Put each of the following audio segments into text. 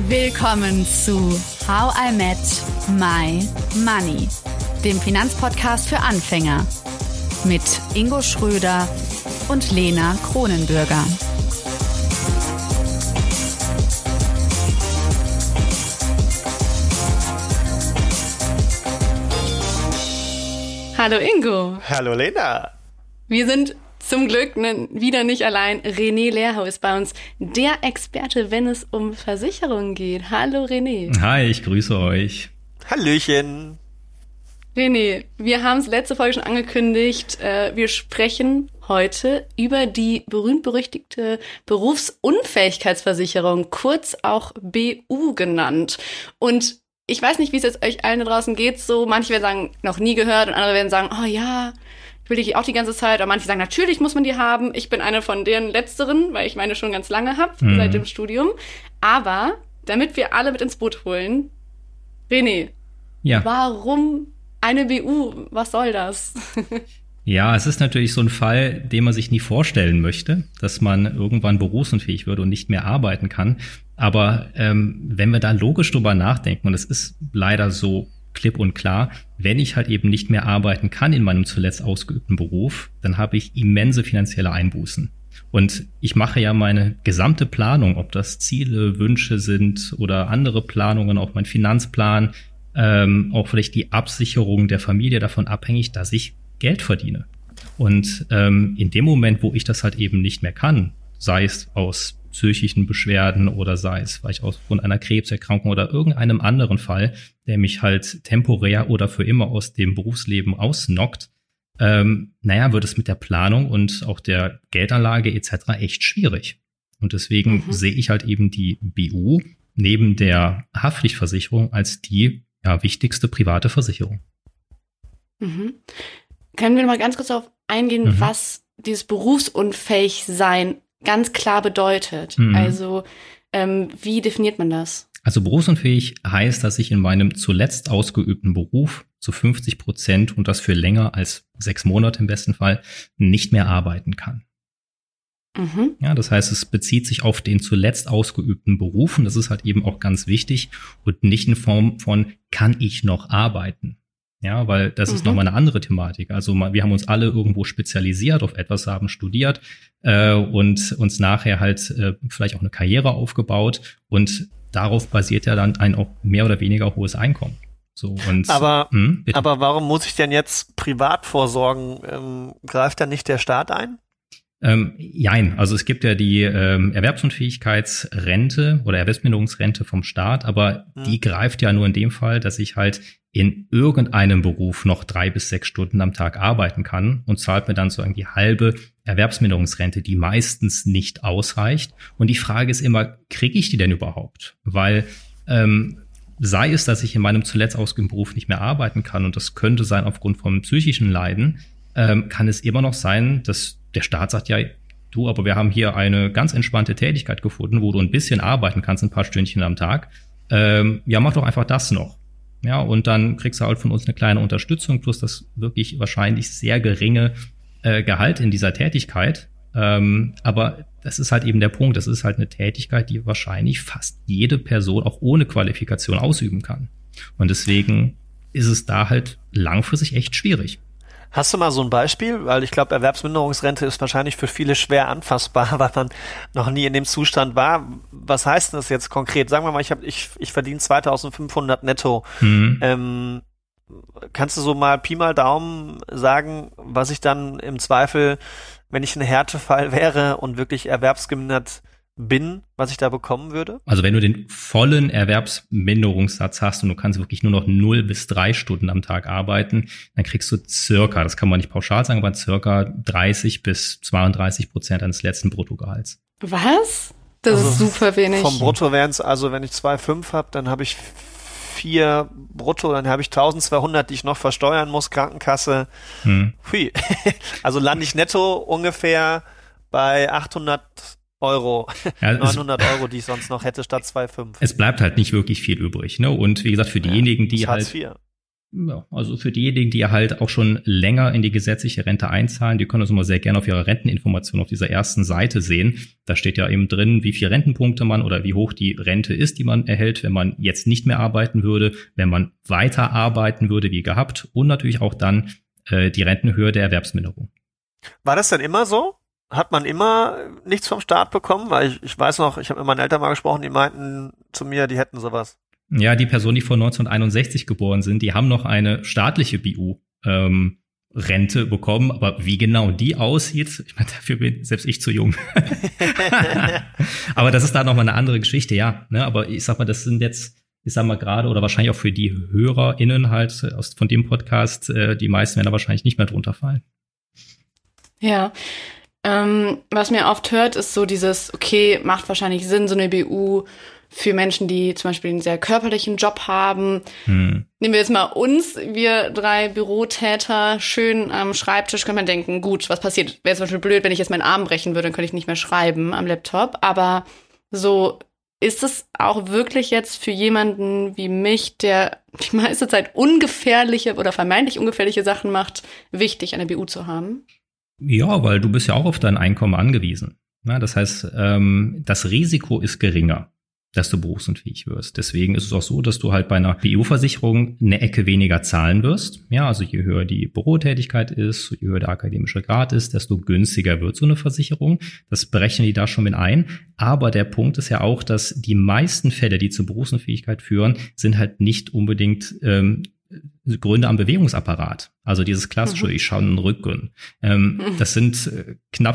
Willkommen zu How I Met My Money, dem Finanzpodcast für Anfänger mit Ingo Schröder und Lena Kronenbürger. Hallo Ingo. Hallo Lena. Wir sind zum Glück wieder nicht allein. René Lerhau ist bei uns, der Experte, wenn es um Versicherungen geht. Hallo René. Hi, ich grüße euch. Hallöchen. René, wir haben es letzte Folge schon angekündigt. Wir sprechen heute über die berühmt-berüchtigte Berufsunfähigkeitsversicherung, kurz auch BU genannt. Und ich weiß nicht, wie es jetzt euch allen da draußen geht. So, manche werden sagen, noch nie gehört, und andere werden sagen, oh ja, ich will die auch die ganze Zeit. Aber manche sagen, natürlich muss man die haben. Ich bin eine von deren Letzteren, weil ich meine schon ganz lange habe, seit dem Studium. Aber damit wir alle mit ins Boot holen, René, warum eine BU? Was soll das? Ja, es ist natürlich so ein Fall, den man sich nie vorstellen möchte, dass man irgendwann berufsunfähig wird und nicht mehr arbeiten kann. Aber wenn wir da logisch drüber nachdenken, und es ist leider so klipp und klar, wenn ich halt eben nicht mehr arbeiten kann in meinem zuletzt ausgeübten Beruf, dann habe ich immense finanzielle Einbußen. Und ich mache ja meine gesamte Planung, ob das Ziele, Wünsche sind oder andere Planungen, auch mein Finanzplan, auch vielleicht die Absicherung der Familie davon abhängig, dass ich Geld verdiene. Und in dem Moment, wo ich das halt eben nicht mehr kann, sei es aus psychischen Beschwerden oder sei es vielleicht aufgrund einer Krebserkrankung oder irgendeinem anderen Fall, der mich halt temporär oder für immer aus dem Berufsleben ausnockt, wird es mit der Planung und auch der Geldanlage etc. echt schwierig. Und deswegen sehe ich halt eben die BU neben der Haftpflichtversicherung als die wichtigste private Versicherung. Können wir noch mal ganz kurz darauf eingehen, was dieses Berufsunfähigsein ganz klar bedeutet? Also, wie definiert man das? Also berufsunfähig heißt, dass ich in meinem zuletzt ausgeübten Beruf zu 50% und das für länger als 6 Monate im besten Fall nicht mehr arbeiten kann. Ja, das heißt, es bezieht sich auf den zuletzt ausgeübten Beruf und das ist halt eben auch ganz wichtig und nicht in Form von, kann ich noch arbeiten? Ja, weil das ist nochmal eine andere Thematik. Also wir haben uns alle irgendwo spezialisiert auf etwas, haben studiert und uns nachher halt vielleicht auch eine Karriere aufgebaut und darauf basiert ja dann ein auch mehr oder weniger hohes Einkommen. So, und, aber warum muss ich denn jetzt privat vorsorgen? Greift da nicht der Staat ein? Jein, also es gibt ja die Erwerbsunfähigkeitsrente oder Erwerbsminderungsrente vom Staat, aber die greift ja nur in dem Fall, dass ich halt in irgendeinem Beruf noch 3 bis 6 Stunden am Tag arbeiten kann und zahlt mir dann sozusagen die halbe Erwerbsminderungsrente, die meistens nicht ausreicht. Und die Frage ist immer, kriege ich die denn überhaupt? Weil sei es, dass ich in meinem zuletzt ausgeübten Beruf nicht mehr arbeiten kann und das könnte sein aufgrund von psychischen Leiden, kann es immer noch sein, dass der Staat sagt, ja, du, aber wir haben hier eine ganz entspannte Tätigkeit gefunden, wo du ein bisschen arbeiten kannst, ein paar Stündchen am Tag. Mach doch einfach das noch. Ja, und dann kriegst du halt von uns eine kleine Unterstützung plus das wirklich wahrscheinlich sehr geringe Gehalt in dieser Tätigkeit. Aber das ist halt eben der Punkt. Das ist halt eine Tätigkeit, die wahrscheinlich fast jede Person auch ohne Qualifikation ausüben kann. Und deswegen ist es da halt langfristig echt schwierig. Hast du mal so ein Beispiel? Weil ich glaube, Erwerbsminderungsrente ist wahrscheinlich für viele schwer anfassbar, weil man noch nie in dem Zustand war. Was heißt denn das jetzt konkret? Sagen wir mal, ich verdiene 2.500 netto. Kannst du so mal Pi mal Daumen sagen, was ich dann im Zweifel, wenn ich ein Härtefall wäre und wirklich erwerbsgemindert bin, was ich da bekommen würde? Also wenn du den vollen Erwerbsminderungssatz hast und du kannst wirklich nur noch 0 bis 3 Stunden am Tag arbeiten, dann kriegst du circa, das kann man nicht pauschal sagen, aber circa 30 bis 32% deines letzten Bruttogehalts. Was? Das ist super wenig. Vom Brutto wären es, also wenn ich 2,5 habe, dann habe ich 4 brutto, dann habe ich 1.200, die ich noch versteuern muss, Krankenkasse. Hui. Also lande ich netto ungefähr bei 800 Euro, ja, 900 Euro, die ich sonst noch hätte, statt 2,5. Es bleibt halt nicht wirklich viel übrig, ne? Und wie gesagt, für diejenigen, die Hartz halt IV. Ja, also für diejenigen, die halt auch schon länger in die gesetzliche Rente einzahlen, die können das immer sehr gerne auf ihrer Renteninformation auf dieser ersten Seite sehen. Da steht ja eben drin, wie viel Rentenpunkte man oder wie hoch die Rente ist, die man erhält, wenn man jetzt nicht mehr arbeiten würde, wenn man weiter arbeiten würde wie gehabt und natürlich auch dann die Rentenhöhe der Erwerbsminderung. War das denn immer so? Hat man immer nichts vom Staat bekommen? Weil ich weiß noch, ich habe mit meinen Eltern mal gesprochen, die meinten zu mir, die hätten sowas. Ja, die Personen, die vor 1961 geboren sind, die haben noch eine staatliche BU-Rente bekommen. Aber wie genau die aussieht, ich meine, dafür bin selbst ich zu jung. Aber das ist da nochmal eine andere Geschichte, ja. Ne? Aber ich sag mal, das sind jetzt, ich sag mal gerade, oder wahrscheinlich auch für die HörerInnen halt von dem Podcast, die meisten werden da wahrscheinlich nicht mehr drunter fallen. Ja. Was mir oft hört, ist so dieses, okay, macht wahrscheinlich Sinn, so eine BU für Menschen, die zum Beispiel einen sehr körperlichen Job haben. Nehmen wir jetzt mal uns, wir 3 Bürotäter, schön am Schreibtisch, kann man denken, gut, was passiert? Wäre zum Beispiel blöd, wenn ich jetzt meinen Arm brechen würde, dann könnte ich nicht mehr schreiben am Laptop. Aber so ist es auch wirklich jetzt für jemanden wie mich, der die meiste Zeit ungefährliche oder vermeintlich ungefährliche Sachen macht, wichtig, eine BU zu haben? Ja, weil du bist ja auch auf dein Einkommen angewiesen. Na, das heißt, das Risiko ist geringer, dass du berufsunfähig wirst. Deswegen ist es auch so, dass du halt bei einer BU-Versicherung eine Ecke weniger zahlen wirst. Ja, also je höher die Bürotätigkeit ist, je höher der akademische Grad ist, desto günstiger wird so eine Versicherung. Das berechnen die da schon mit ein. Aber der Punkt ist ja auch, dass die meisten Fälle, die zur Berufsunfähigkeit führen, sind halt nicht unbedingt Gründe am Bewegungsapparat. Also dieses klassische, ich schaue in den Rücken. Das sind knapp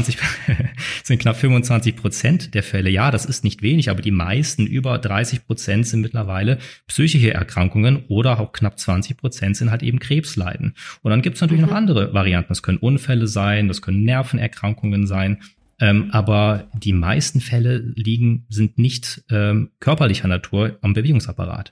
25% der Fälle. Ja, das ist nicht wenig, aber die meisten, über 30%, sind mittlerweile psychische Erkrankungen oder auch knapp 20% sind halt eben Krebsleiden. Und dann gibt es natürlich noch andere Varianten. Das können Unfälle sein, das können Nervenerkrankungen sein. Aber die meisten Fälle sind nicht körperlicher Natur am Bewegungsapparat.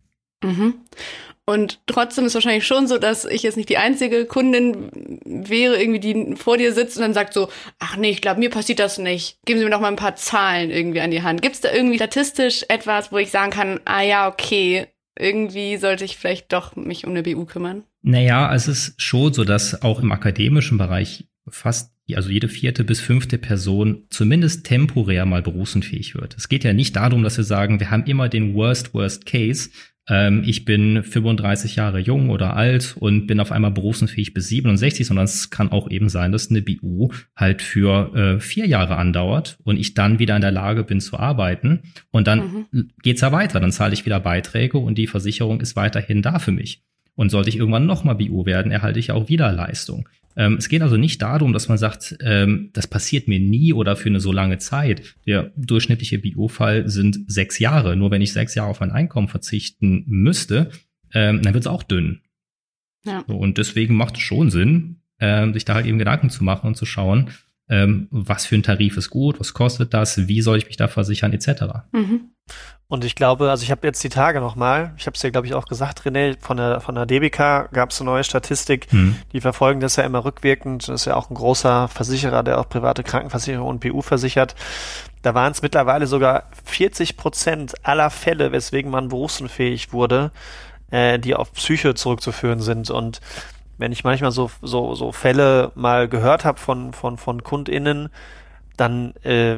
Und trotzdem ist es wahrscheinlich schon so, dass ich jetzt nicht die einzige Kundin wäre, irgendwie, die vor dir sitzt und dann sagt so, ach nee, ich glaube, mir passiert das nicht. Geben Sie mir doch mal ein paar Zahlen irgendwie an die Hand. Gibt es da irgendwie statistisch etwas, wo ich sagen kann, ah ja, okay, irgendwie sollte ich vielleicht doch mich um eine BU kümmern? Naja, es ist schon so, dass auch im akademischen Bereich also jede 4. bis 5. Person zumindest temporär mal berufsunfähig wird. Es geht ja nicht darum, dass wir sagen, wir haben immer den Worst Case. Ich bin 35 Jahre jung oder alt und bin auf einmal berufsunfähig bis 67, sondern es kann auch eben sein, dass eine BU halt für 4 Jahre andauert und ich dann wieder in der Lage bin zu arbeiten und dann geht's ja weiter, dann zahle ich wieder Beiträge und die Versicherung ist weiterhin da für mich. Und sollte ich irgendwann nochmal BU werden, erhalte ich auch wieder Leistung. Es geht also nicht darum, dass man sagt, das passiert mir nie oder für eine so lange Zeit. Der durchschnittliche BU-Fall sind 6 Jahre. Nur wenn ich 6 Jahre auf mein Einkommen verzichten müsste, dann wird es auch dünn. Ja. Und deswegen macht es schon Sinn, sich da halt eben Gedanken zu machen und zu schauen, was für ein Tarif ist gut, was kostet das, wie soll ich mich da versichern, etc. Und ich glaube, also ich habe jetzt die Tage nochmal, ich habe es dir, glaube ich, auch gesagt, René, von der DBK gab es eine neue Statistik, die verfolgen das ja immer rückwirkend. Das ist ja auch ein großer Versicherer, der auch private Krankenversicherung und BU versichert. Da waren es mittlerweile sogar 40% aller Fälle, weswegen man berufsunfähig wurde, die auf Psyche zurückzuführen sind. Und wenn ich manchmal so Fälle mal gehört habe von KundInnen, dann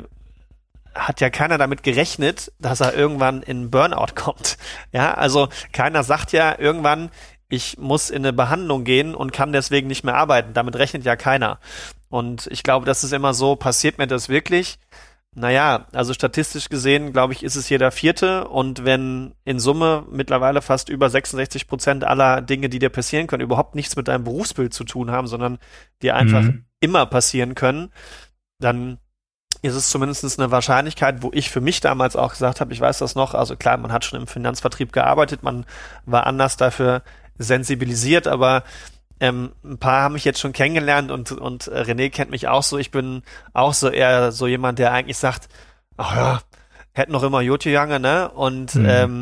hat ja keiner damit gerechnet, dass er irgendwann in Burnout kommt. Ja, also keiner sagt ja irgendwann, ich muss in eine Behandlung gehen und kann deswegen nicht mehr arbeiten. Damit rechnet ja keiner. Und ich glaube, das ist immer so, passiert mir das wirklich? Naja, also statistisch gesehen, glaube ich, ist es jeder 4. Und wenn in Summe mittlerweile fast über 66% aller Dinge, die dir passieren können, überhaupt nichts mit deinem Berufsbild zu tun haben, sondern dir einfach immer passieren können, dann ist es zumindest eine Wahrscheinlichkeit, wo ich für mich damals auch gesagt habe, ich weiß das noch, also klar, man hat schon im Finanzvertrieb gearbeitet, man war anders dafür sensibilisiert, aber ein paar haben mich jetzt schon kennengelernt und René kennt mich auch so, ich bin auch so eher so jemand, der eigentlich sagt, ach ja, hätte noch immer Jotje Jange, ne, und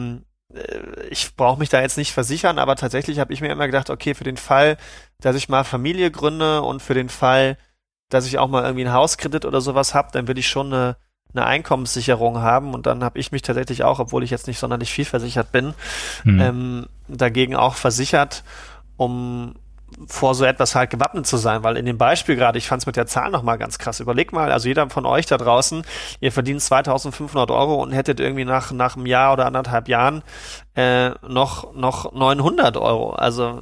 ich brauche mich da jetzt nicht versichern, aber tatsächlich habe ich mir immer gedacht, okay, für den Fall, dass ich mal Familie gründe und für den Fall, dass ich auch mal irgendwie einen Hauskredit oder sowas habe, dann will ich schon eine eine Einkommenssicherung haben. Und dann habe ich mich tatsächlich auch, obwohl ich jetzt nicht sonderlich viel versichert bin, dagegen auch versichert, um vor so etwas halt gewappnet zu sein, weil in dem Beispiel gerade, ich fand es mit der Zahl nochmal ganz krass. Überleg mal, also jeder von euch da draußen, ihr verdient 2.500 Euro und hättet irgendwie nach einem Jahr oder 1,5 Jahren noch 900 Euro, also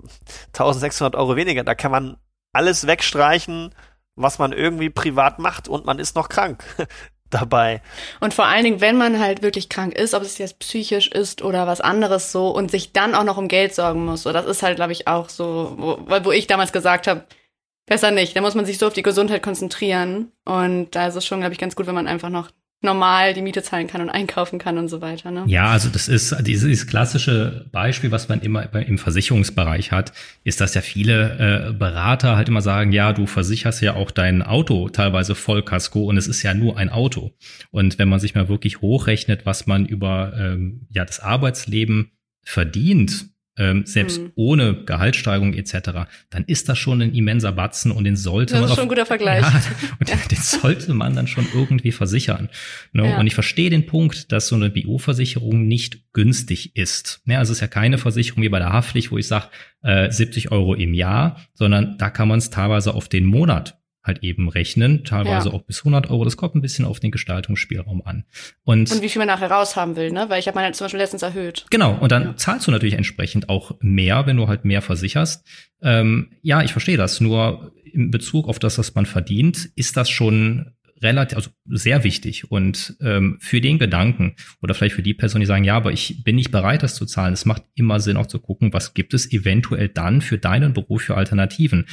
1.600 Euro weniger. Da kann man alles wegstreichen, was man irgendwie privat macht, und man ist noch krank dabei. Und vor allen Dingen, wenn man halt wirklich krank ist, ob es jetzt psychisch ist oder was anderes so, und sich dann auch noch um Geld sorgen muss. So, das ist halt, glaube ich, auch so, wo ich damals gesagt habe, besser nicht. Da muss man sich so auf die Gesundheit konzentrieren. Und da ist es schon, glaube ich, ganz gut, wenn man einfach noch normal die Miete zahlen kann und einkaufen kann und so weiter, ne? Ja, also das ist dieses klassische Beispiel, was man immer im Versicherungsbereich hat, ist, dass ja viele Berater halt immer sagen, ja, du versicherst ja auch dein Auto teilweise Vollkasko und es ist ja nur ein Auto. Und wenn man sich mal wirklich hochrechnet, was man über das Arbeitsleben verdient, selbst ohne Gehaltssteigerung etc., dann ist das schon ein immenser Batzen, und den sollte man. Das ist schon ein guter Vergleich. Ja, und den sollte man dann schon irgendwie versichern. Ne? Ja. Und ich verstehe den Punkt, dass so eine BU-Versicherung nicht günstig ist. Ja, also es ist ja keine Versicherung wie bei der Haftpflicht, wo ich sage 70 Euro im Jahr, sondern da kann man es teilweise auf den Monat halt eben rechnen, teilweise auch bis 100 Euro. Das kommt ein bisschen auf den Gestaltungsspielraum an. Und wie viel man nachher raus haben will, ne? Weil ich habe meine zum Beispiel letztens erhöht. Genau, und dann zahlst du natürlich entsprechend auch mehr, wenn du halt mehr versicherst. Ja, ich verstehe das. Nur in Bezug auf das, was man verdient, ist das schon relativ, also sehr wichtig. Und für den Gedanken oder vielleicht für die Person, die sagen, ja, aber ich bin nicht bereit, das zu zahlen, es macht immer Sinn, auch zu gucken, was gibt es eventuell dann für deinen Beruf für Alternativen.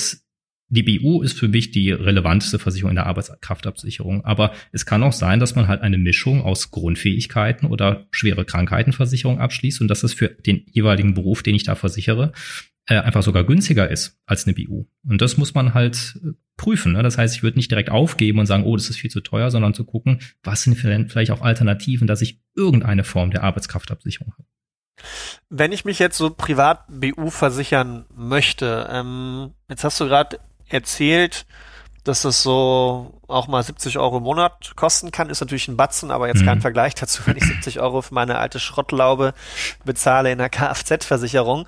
Die BU ist für mich die relevanteste Versicherung in der Arbeitskraftabsicherung. Aber es kann auch sein, dass man halt eine Mischung aus Grundfähigkeiten oder schwere Krankheitenversicherung abschließt und dass es für den jeweiligen Beruf, den ich da versichere, einfach sogar günstiger ist als eine BU. Und das muss man halt prüfen. Ne? Das heißt, ich würde nicht direkt aufgeben und sagen, oh, das ist viel zu teuer, sondern zu gucken, was sind vielleicht auch Alternativen, dass ich irgendeine Form der Arbeitskraftabsicherung habe. Wenn ich mich jetzt so privat BU versichern möchte, jetzt hast du gerade erzählt, dass das so auch mal 70 Euro im Monat kosten kann, ist natürlich ein Batzen, aber jetzt kein Vergleich dazu, wenn ich 70 Euro für meine alte Schrottlaube bezahle in der Kfz-Versicherung.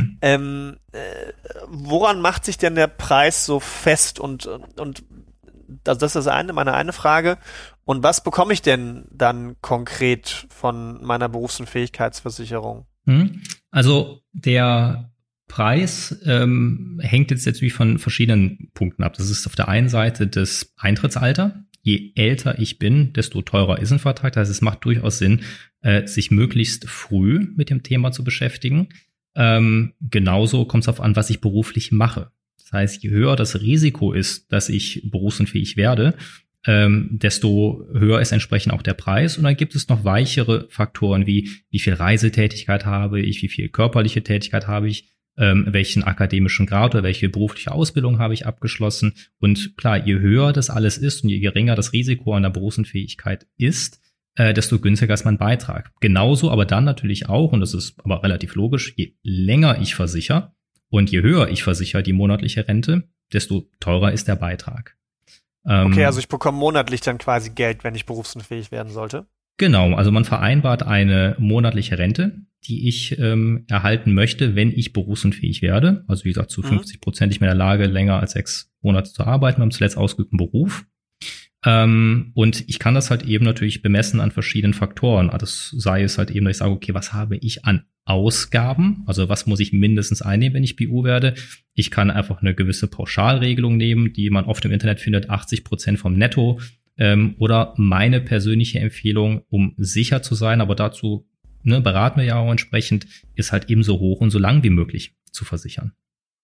Woran macht sich denn der Preis so fest? Und das ist meine eine Frage. Und was bekomme ich denn dann konkret von meiner Berufs- und Fähigkeitsversicherung? Also der Preis hängt jetzt natürlich von verschiedenen Punkten ab. Das ist auf der einen Seite das Eintrittsalter. Je älter ich bin, desto teurer ist ein Vertrag. Das heißt, es macht durchaus Sinn, sich möglichst früh mit dem Thema zu beschäftigen. Genauso kommt es darauf an, was ich beruflich mache. Das heißt, je höher das Risiko ist, dass ich berufsunfähig werde, desto höher ist entsprechend auch der Preis. Und dann gibt es noch weichere Faktoren wie viel Reisetätigkeit habe ich, wie viel körperliche Tätigkeit habe ich, welchen akademischen Grad oder welche berufliche Ausbildung habe ich abgeschlossen. Und klar, je höher das alles ist und je geringer das Risiko an der Berufsunfähigkeit ist, desto günstiger ist mein Beitrag. Genauso aber dann natürlich auch, und das ist aber relativ logisch, je länger ich versichere und je höher ich versichere die monatliche Rente, desto teurer ist der Beitrag. Okay, also ich bekomme monatlich dann quasi Geld, wenn ich berufsunfähig werden sollte? Genau, also man vereinbart eine monatliche Rente, die ich erhalten möchte, wenn ich berufsunfähig werde. Also wie gesagt, zu 50% nicht mehr in der Lage, länger als 6 Monate zu arbeiten, beim zuletzt ausgeübten Beruf. Und ich kann das halt eben natürlich bemessen an verschiedenen Faktoren. Also das sei es halt eben, dass ich sage, okay, was habe ich an Ausgaben? Also was muss ich mindestens einnehmen, wenn ich BU werde? Ich kann einfach eine gewisse Pauschalregelung nehmen, die man oft im Internet findet, 80% vom Netto. Oder meine persönliche Empfehlung, um sicher zu sein, aber dazu beraten wir ja auch entsprechend, ist halt eben so hoch und so lang wie möglich zu versichern.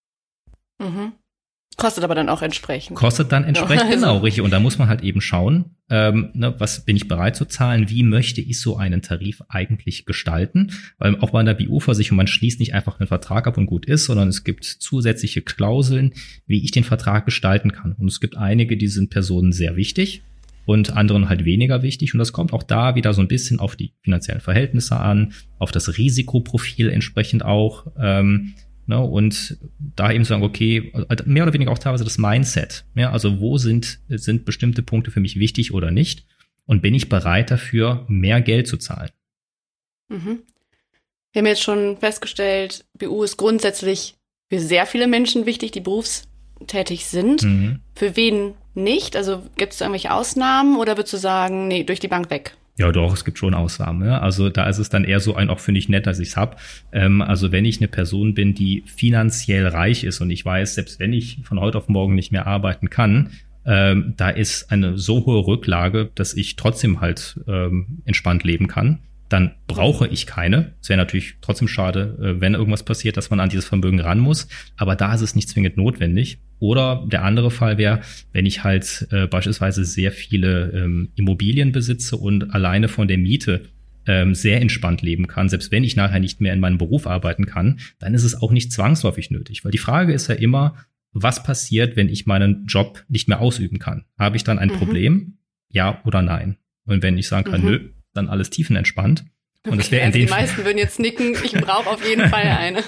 Kostet aber dann auch entsprechend. Kostet dann entsprechend, genau, richtig. Und da muss man halt eben schauen, was bin ich bereit zu zahlen, wie möchte ich so einen Tarif eigentlich gestalten, weil auch bei einer BU-Versicherung, man schließt nicht einfach einen Vertrag ab und gut ist, sondern es gibt zusätzliche Klauseln, wie ich den Vertrag gestalten kann. Und es gibt einige, die sind Personen sehr wichtig und anderen halt weniger wichtig. Und das kommt auch da wieder so ein bisschen auf die finanziellen Verhältnisse an, auf das Risikoprofil entsprechend auch. Ne? Und da eben sagen, okay, mehr oder weniger auch teilweise das Mindset. Ja? Also wo sind bestimmte Punkte für mich wichtig oder nicht? Und bin ich bereit dafür, mehr Geld zu zahlen? Mhm. Wir haben jetzt schon festgestellt, BU ist grundsätzlich für sehr viele Menschen wichtig, die berufstätig sind. Mhm. Für wen nicht? Also gibt es irgendwelche Ausnahmen oder würdest du sagen, nee, durch die Bank weg? Ja, doch, es gibt schon Ausnahmen. Ja? Also da ist es dann eher so auch finde ich nett, dass ich es habe. Also wenn ich eine Person bin, die finanziell reich ist und ich weiß, selbst wenn ich von heute auf morgen nicht mehr arbeiten kann, da ist eine so hohe Rücklage, dass ich trotzdem halt entspannt leben kann, dann brauche ich keine. Es wäre natürlich trotzdem schade, wenn irgendwas passiert, dass man an dieses Vermögen ran muss. Aber da ist es nicht zwingend notwendig. Oder der andere Fall wäre, wenn ich halt beispielsweise sehr viele Immobilien besitze und alleine von der Miete sehr entspannt leben kann, selbst wenn ich nachher nicht mehr in meinem Beruf arbeiten kann, dann ist es auch nicht zwangsläufig nötig. Weil die Frage ist ja immer, was passiert, wenn ich meinen Job nicht mehr ausüben kann? Habe ich dann ein Problem? Ja oder nein? Und wenn ich sagen kann, nö, dann alles tiefenentspannt. Und es wäre in die meisten würden jetzt nicken, ich brauche auf jeden Fall eine.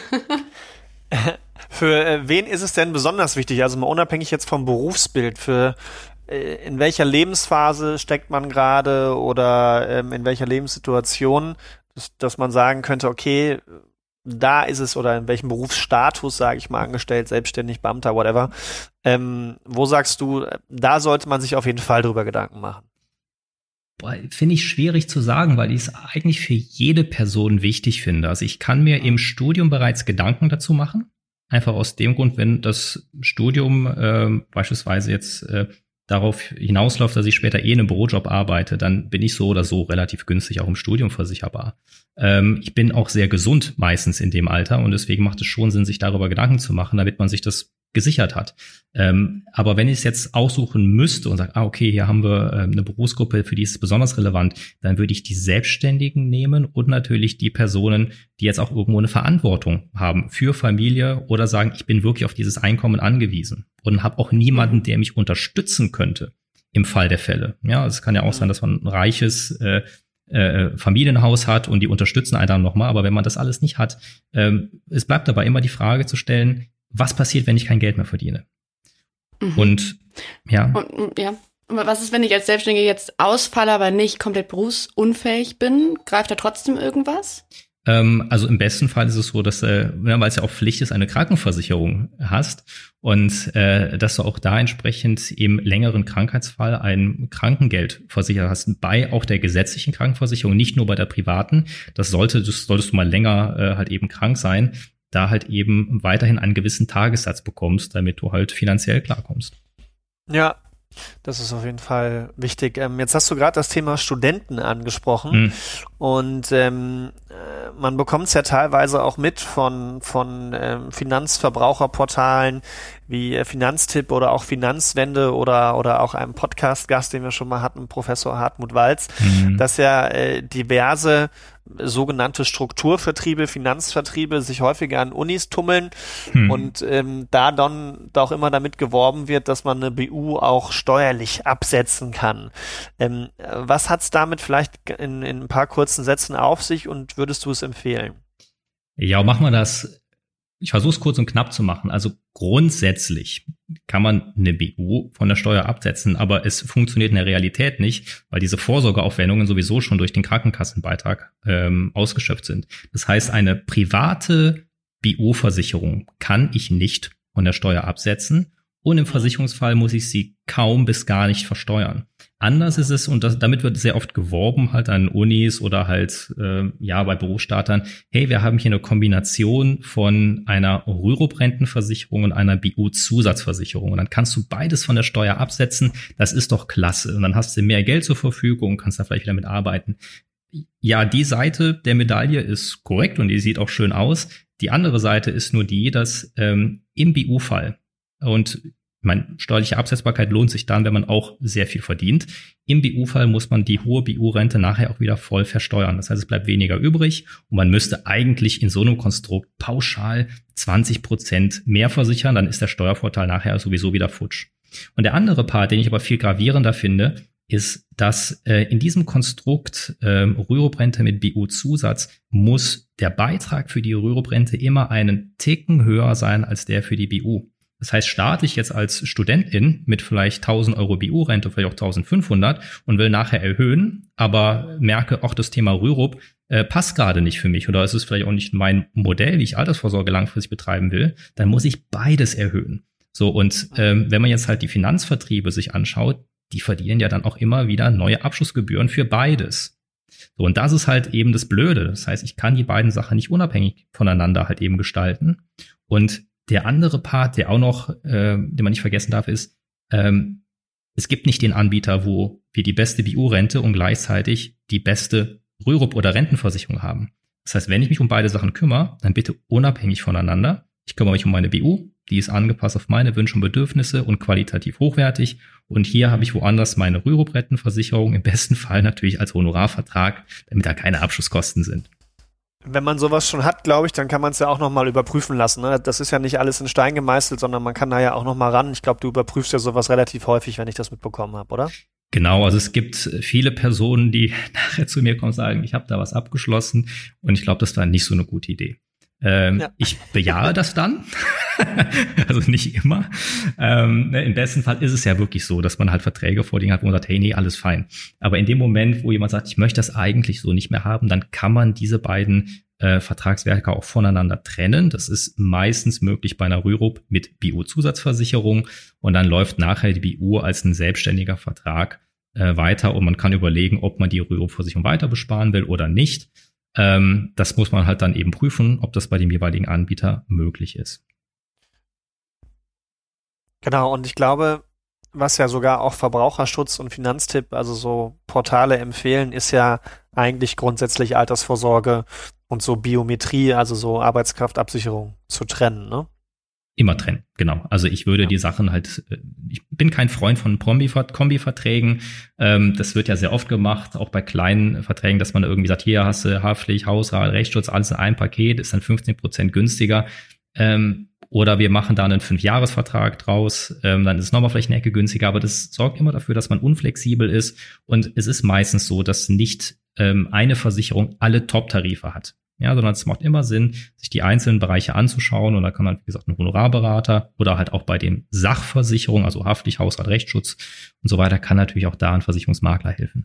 Für wen ist es denn besonders wichtig? Also mal unabhängig jetzt vom Berufsbild, in welcher Lebensphase steckt man gerade oder in welcher Lebenssituation, dass man sagen könnte, okay, da ist es, oder in welchem Berufsstatus, sage ich mal, angestellt, selbstständig, Beamter, whatever. Wo sagst du, da sollte man sich auf jeden Fall drüber Gedanken machen? Finde ich schwierig zu sagen, weil ich es eigentlich für jede Person wichtig finde. Also ich kann mir im Studium bereits Gedanken dazu machen. Einfach aus dem Grund, wenn das Studium beispielsweise jetzt darauf hinausläuft, dass ich später in einem Bürojob arbeite, dann bin ich so oder so relativ günstig auch im Studium versicherbar. Ich bin auch sehr gesund meistens in dem Alter und deswegen macht es schon Sinn, sich darüber Gedanken zu machen, damit man sich das gesichert hat. Aber wenn ich es jetzt aussuchen müsste und sage, okay, hier haben wir eine Berufsgruppe, für die ist es besonders relevant, dann würde ich die Selbstständigen nehmen und natürlich die Personen, die jetzt auch irgendwo eine Verantwortung haben für Familie oder sagen, ich bin wirklich auf dieses Einkommen angewiesen und habe auch niemanden, der mich unterstützen könnte im Fall der Fälle. Ja, es kann ja auch sein, dass man ein reiches Familienhaus hat und die unterstützen einen dann nochmal, aber wenn man das alles nicht hat, es bleibt dabei immer die Frage zu stellen, was passiert, wenn ich kein Geld mehr verdiene? Und ja. Und was ist, wenn ich als Selbstständige jetzt ausfalle, aber nicht komplett berufsunfähig bin? Greift da trotzdem irgendwas? Also im besten Fall ist es so, dass, weil es ja auch Pflicht ist, eine Krankenversicherung hast und dass du auch da entsprechend im längeren Krankheitsfall ein Krankengeld versichert hast, bei auch der gesetzlichen Krankenversicherung, nicht nur bei der privaten. Das solltest du mal länger halt eben krank sein, da halt eben weiterhin einen gewissen Tagessatz bekommst, damit du halt finanziell klarkommst. Ja, das ist auf jeden Fall wichtig. Jetzt hast du gerade das Thema Studenten angesprochen und man bekommt es ja teilweise auch mit von Finanzverbraucherportalen wie Finanztipp oder auch Finanzwende oder auch einem Podcast-Gast, den wir schon mal hatten, Professor Hartmut Walz, dass ja diverse sogenannte Strukturvertriebe, Finanzvertriebe sich häufiger an Unis tummeln und da dann auch immer damit geworben wird, dass man eine BU auch steuerlich absetzen kann. Was hat's damit vielleicht in ein paar kurzen Sätzen auf sich und würdest du es empfehlen? Ja, machen wir das. Ich versuche es kurz und knapp zu machen. Also grundsätzlich kann man eine BU von der Steuer absetzen, aber es funktioniert in der Realität nicht, weil diese Vorsorgeaufwendungen sowieso schon durch den Krankenkassenbeitrag ausgeschöpft sind. Das heißt, eine private BU-Versicherung kann ich nicht von der Steuer absetzen und im Versicherungsfall muss ich sie kaum bis gar nicht versteuern. Anders ist es, und damit wird sehr oft geworben, halt an Unis oder halt bei Berufsstartern, hey, wir haben hier eine Kombination von einer Rürup-Rentenversicherung und einer BU-Zusatzversicherung. Und dann kannst du beides von der Steuer absetzen. Das ist doch klasse. Und dann hast du mehr Geld zur Verfügung und kannst da vielleicht wieder mit arbeiten. Ja, die Seite der Medaille ist korrekt und die sieht auch schön aus. Die andere Seite ist nur die, dass im BU-Fall, und steuerliche Absetzbarkeit lohnt sich dann, wenn man auch sehr viel verdient. Im BU-Fall muss man die hohe BU-Rente nachher auch wieder voll versteuern. Das heißt, es bleibt weniger übrig und man müsste eigentlich in so einem Konstrukt pauschal 20% mehr versichern. Dann ist der Steuervorteil nachher sowieso wieder futsch. Und der andere Part, den ich aber viel gravierender finde, ist, dass in diesem Konstrukt Rürup-Rente mit BU-Zusatz muss der Beitrag für die Rürup-Rente immer einen Ticken höher sein als der für die BU. Das heißt, starte ich jetzt als Studentin mit vielleicht 1.000 Euro BU-Rente, vielleicht auch 1.500 und will nachher erhöhen, aber merke, auch das Thema Rürup passt gerade nicht für mich oder es ist vielleicht auch nicht mein Modell, wie ich Altersvorsorge langfristig betreiben will, dann muss ich beides erhöhen. So, und wenn man jetzt halt die Finanzvertriebe sich anschaut, die verdienen ja dann auch immer wieder neue Abschlussgebühren für beides. So, und das ist halt eben das Blöde. Das heißt, ich kann die beiden Sachen nicht unabhängig voneinander halt eben gestalten. Und der andere Part, der auch noch, den man nicht vergessen darf, ist, es gibt nicht den Anbieter, wo wir die beste BU-Rente und gleichzeitig die beste Rürup- oder Rentenversicherung haben. Das heißt, wenn ich mich um beide Sachen kümmere, dann bitte unabhängig voneinander. Ich kümmere mich um meine BU, die ist angepasst auf meine Wünsche und Bedürfnisse und qualitativ hochwertig. Und hier habe ich woanders meine Rürup-Rentenversicherung, im besten Fall natürlich als Honorarvertrag, damit da keine Abschlusskosten sind. Wenn man sowas schon hat, glaube ich, dann kann man es ja auch nochmal überprüfen lassen. Ne? Das ist ja nicht alles in Stein gemeißelt, sondern man kann da ja auch nochmal ran. Ich glaube, du überprüfst ja sowas relativ häufig, wenn ich das mitbekommen habe, oder? Genau, also es gibt viele Personen, die nachher zu mir kommen und sagen, ich habe da was abgeschlossen und ich glaube, das war nicht so eine gute Idee. Ich bejahe das dann, also nicht immer. Im besten Fall ist es ja wirklich so, dass man halt Verträge vorliegen hat, wo man sagt, hey, nee, alles fein. Aber in dem Moment, wo jemand sagt, ich möchte das eigentlich so nicht mehr haben, dann kann man diese beiden Vertragswerke auch voneinander trennen. Das ist meistens möglich bei einer Rürup mit BU-Zusatzversicherung und dann läuft nachher die BU als ein selbstständiger Vertrag weiter und man kann überlegen, ob man die Rürup-Versicherung weiter besparen will oder nicht. Das muss man halt dann eben prüfen, ob das bei dem jeweiligen Anbieter möglich ist. Genau, und ich glaube, was ja sogar auch Verbraucherschutz und Finanztipp, also so Portale empfehlen, ist ja eigentlich grundsätzlich Altersvorsorge und so Biometrie, also so Arbeitskraftabsicherung zu trennen, ne? Immer trennen, genau. Also ich würde die Sachen halt, ich bin kein Freund von Kombiverträgen. Das wird ja sehr oft gemacht, auch bei kleinen Verträgen, dass man irgendwie sagt, hier hast du Haftpflicht, Hausrat, Rechtsschutz, alles in einem Paket, ist dann 15% günstiger. Oder wir machen da einen 5-Jahres-Vertrag draus, dann ist es nochmal vielleicht eine Ecke günstiger, aber das sorgt immer dafür, dass man unflexibel ist. Und es ist meistens so, dass nicht eine Versicherung alle Top-Tarife hat. Ja, sondern es macht immer Sinn, sich die einzelnen Bereiche anzuschauen. Und da kann man, wie gesagt, ein Honorarberater oder halt auch bei den Sachversicherungen, also Haftpflicht, Hausrat, Rechtsschutz und so weiter, kann natürlich auch da ein Versicherungsmakler helfen.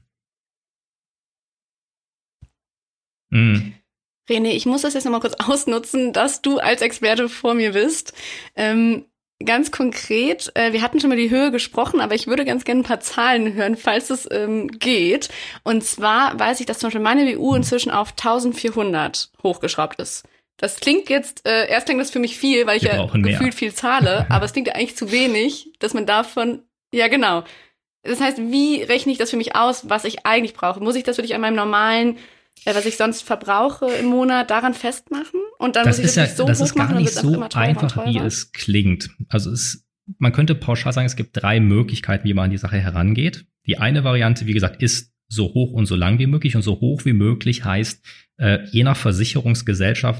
René, ich muss das jetzt nochmal kurz ausnutzen, dass du als Experte vor mir bist. Ganz konkret, wir hatten schon mal die Höhe gesprochen, aber ich würde ganz gerne ein paar Zahlen hören, falls es geht. Und zwar weiß ich, dass zum Beispiel meine BU inzwischen auf 1.400 hochgeschraubt ist. Das klingt jetzt, erst klingt das für mich viel, weil ich ja gefühlt viel zahle, aber es klingt ja eigentlich zu wenig, dass man davon, ja genau. Das heißt, wie rechne ich das für mich aus, was ich eigentlich brauche? Muss ich das wirklich an meinem normalen, was ich sonst verbrauche im Monat, daran festmachen? Und dann das muss ich das so das hoch ist gar machen, nicht so einfach, wie es klingt. Also man könnte pauschal sagen, es gibt 3 Möglichkeiten, wie man an die Sache herangeht. Die eine Variante, wie gesagt, ist so hoch und so lang wie möglich. Und so hoch wie möglich heißt, je nach Versicherungsgesellschaft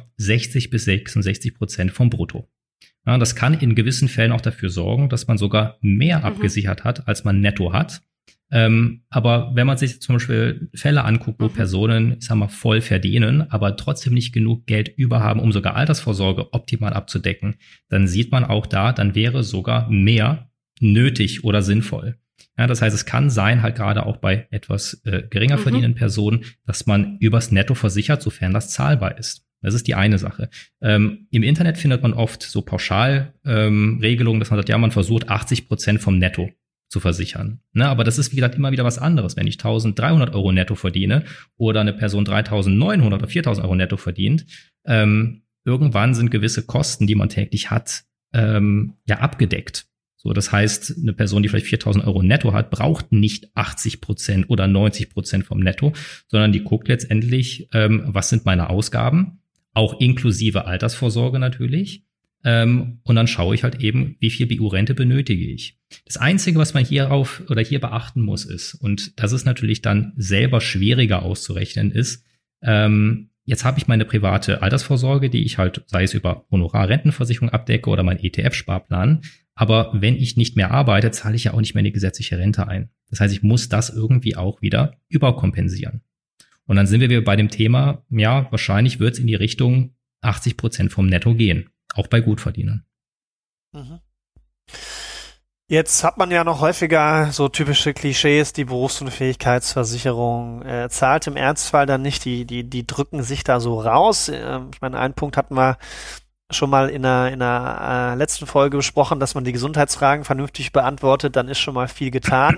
60-66% vom Brutto. Ja, das kann in gewissen Fällen auch dafür sorgen, dass man sogar mehr abgesichert hat, als man netto hat. Aber wenn man sich zum Beispiel Fälle anguckt, wo Personen, ich sag mal, voll verdienen, aber trotzdem nicht genug Geld über haben, um sogar Altersvorsorge optimal abzudecken, dann sieht man auch da, dann wäre sogar mehr nötig oder sinnvoll. Ja, das heißt, es kann sein, halt gerade auch bei etwas geringer verdienenden Personen, dass man übers Netto versichert, sofern das zahlbar ist. Das ist die eine Sache. Im Internet findet man oft so Pauschalregelungen, dass man sagt, ja, man versucht 80% vom Netto zu versichern. Ne, aber das ist, wie gesagt, immer wieder was anderes. Wenn ich 1.300 Euro netto verdiene oder eine Person 3.900 oder 4.000 Euro netto verdient, irgendwann sind gewisse Kosten, die man täglich hat, ja abgedeckt. So, das heißt, eine Person, die vielleicht 4.000 Euro netto hat, braucht nicht 80% oder 90% vom Netto, sondern die guckt letztendlich, was sind meine Ausgaben, auch inklusive Altersvorsorge natürlich. Und dann schaue ich halt eben, wie viel BU-Rente benötige ich. Das Einzige, was man hier beachten muss, ist, und das ist natürlich dann selber schwieriger auszurechnen, ist, jetzt habe ich meine private Altersvorsorge, die ich halt, sei es über Honorarrentenversicherung abdecke oder mein ETF-Sparplan, Aber wenn ich nicht mehr arbeite, zahle ich ja auch nicht mehr in die gesetzliche Rente ein. Das heißt, ich muss das irgendwie auch wieder überkompensieren. Und dann sind wir wieder bei dem Thema, ja, wahrscheinlich wird es in die Richtung 80% vom Netto gehen. Auch bei Gutverdienern. Mhm. Jetzt hat man ja noch häufiger so typische Klischees, die Berufsunfähigkeitsversicherung zahlt im Ernstfall dann nicht, die drücken sich da so raus. Ich meine, einen Punkt hatten wir schon mal in einer letzten Folge besprochen, dass man die Gesundheitsfragen vernünftig beantwortet, dann ist schon mal viel getan.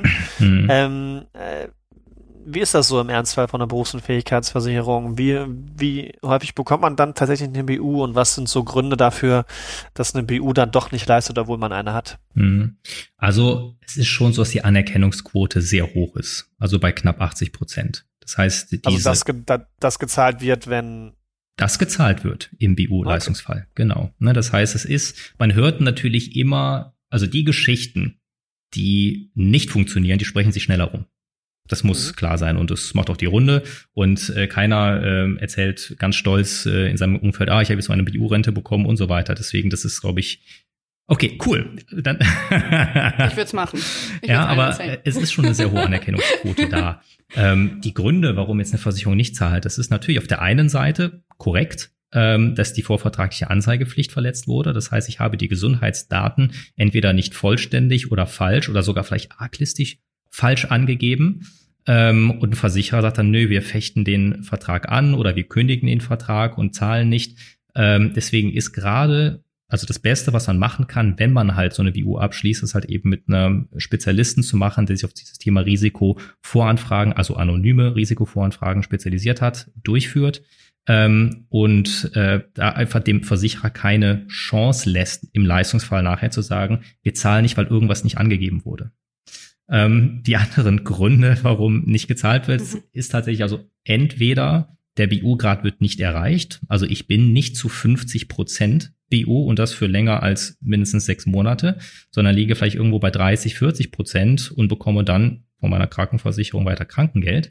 Wie ist das so im Ernstfall von der Berufsunfähigkeitsversicherung? Wie häufig bekommt man dann tatsächlich eine BU und was sind so Gründe dafür, dass eine BU dann doch nicht leistet, obwohl man eine hat? Also es ist schon so, dass die Anerkennungsquote sehr hoch ist, also bei knapp 80%. Das heißt, das gezahlt wird, wenn das gezahlt wird im BU-Leistungsfall, okay. Genau. Das heißt, man hört natürlich immer, also die Geschichten, die nicht funktionieren, die sprechen sich schneller rum. Das muss klar sein und das macht auch die Runde und keiner erzählt ganz stolz in seinem Umfeld, ich habe jetzt meine BU-Rente bekommen und so weiter. Deswegen, das ist, glaube ich, okay, cool. Dann ich würde es machen. Aber es ist schon eine sehr hohe Anerkennungsquote da. Die Gründe, warum jetzt eine Versicherung nicht zahlt, das ist natürlich auf der einen Seite korrekt, dass die vorvertragliche Anzeigepflicht verletzt wurde. Das heißt, ich habe die Gesundheitsdaten entweder nicht vollständig oder falsch oder sogar vielleicht arglistig falsch angegeben. Und ein Versicherer sagt dann, nö, wir fechten den Vertrag an oder wir kündigen den Vertrag und zahlen nicht. Deswegen ist gerade, also das Beste, was man machen kann, wenn man halt so eine BU abschließt, ist halt eben mit einem Spezialisten zu machen, der sich auf dieses Thema Risikovoranfragen, also anonyme Risikovoranfragen spezialisiert hat, durchführt. Und da einfach dem Versicherer keine Chance lässt, im Leistungsfall nachher zu sagen, wir zahlen nicht, weil irgendwas nicht angegeben wurde. Die anderen Gründe, warum nicht gezahlt wird, ist tatsächlich also entweder der BU-Grad wird nicht erreicht, also ich bin nicht zu 50% BU und das für länger als mindestens 6 Monate, sondern liege vielleicht irgendwo bei 30-40% und bekomme dann von meiner Krankenversicherung weiter Krankengeld.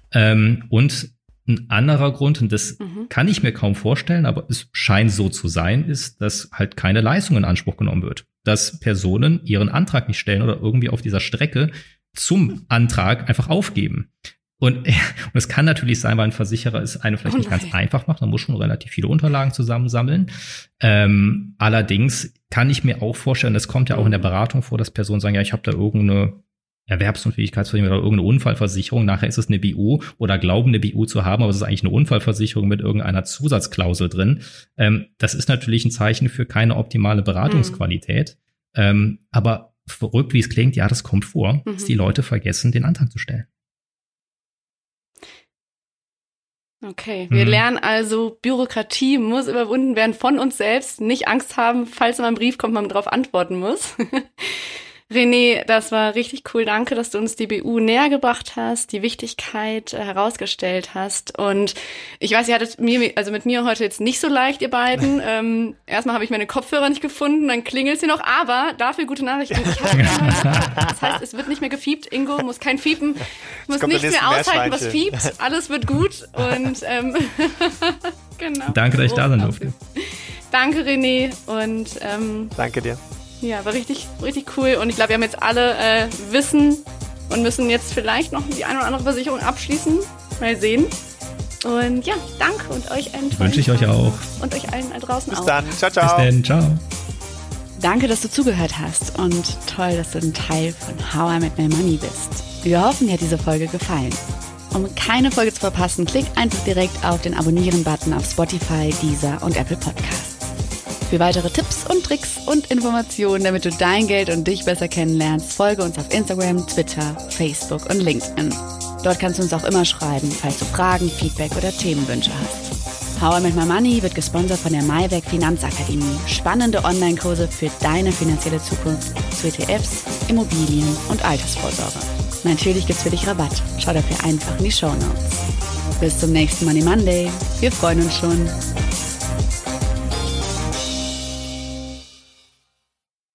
Und ein anderer Grund, und das kann ich mir kaum vorstellen, aber es scheint so zu sein, ist, dass halt keine Leistung in Anspruch genommen wird. Dass Personen ihren Antrag nicht stellen oder irgendwie auf dieser Strecke zum Antrag einfach aufgeben. Und es kann natürlich sein, weil ein Versicherer es einem vielleicht nicht ganz einfach macht, man muss schon relativ viele Unterlagen zusammensammeln. Allerdings kann ich mir auch vorstellen, das kommt ja auch in der Beratung vor, dass Personen sagen, ja, ich habe da irgendeine Erwerbsunfähigkeitsversicherung oder irgendeine Unfallversicherung, nachher ist es eine BU oder glauben eine BU zu haben, aber es ist eigentlich eine Unfallversicherung mit irgendeiner Zusatzklausel drin. Das ist natürlich ein Zeichen für keine optimale Beratungsqualität. Aber verrückt, wie es klingt, ja, das kommt vor, dass die Leute vergessen, den Antrag zu stellen. Okay, wir lernen also, Bürokratie muss überwunden werden von uns selbst, nicht Angst haben, falls mal ein Brief kommt, man darauf antworten muss. René, das war richtig cool. Danke, dass du uns die BU näher gebracht hast, die Wichtigkeit herausgestellt hast. Und ich weiß, ihr hattet mit mir heute jetzt nicht so leicht, ihr beiden. Erstmal habe ich meine Kopfhörer nicht gefunden, dann klingelt sie noch, aber dafür gute Nachrichten. Das heißt, es wird nicht mehr gefiept. Ingo muss kein Fiepen, muss nichts mehr aushalten, was fiept. Alles wird gut und genau. Danke, dass ich da sein durfte. Danke, René. Und danke dir. Ja, war richtig, richtig cool. Und ich glaube, wir haben jetzt alle Wissen und müssen jetzt vielleicht noch die eine oder andere Versicherung abschließen. Mal sehen. Und ja, danke und euch allen. Wünsche ich euch auch. Und euch allen da draußen auch. Bis dann. Ciao, ciao. Bis dann. Ciao. Danke, dass du zugehört hast und toll, dass du ein Teil von How I Met My Money bist. Wir hoffen, dir hat diese Folge gefallen. Um keine Folge zu verpassen, klick einfach direkt auf den Abonnieren-Button auf Spotify, Deezer und Apple Podcasts. Für weitere Tipps und Tricks und Informationen, damit du dein Geld und dich besser kennenlernst, folge uns auf Instagram, Twitter, Facebook und LinkedIn. Dort kannst du uns auch immer schreiben, falls du Fragen, Feedback oder Themenwünsche hast. How I Met My Money wird gesponsert von der Maiweg Finanzakademie. Spannende Online-Kurse für deine finanzielle Zukunft zu ETFs, Immobilien und Altersvorsorge. Natürlich gibt's für dich Rabatt. Schau dafür einfach in die Shownotes. Bis zum nächsten Money Monday. Wir freuen uns schon.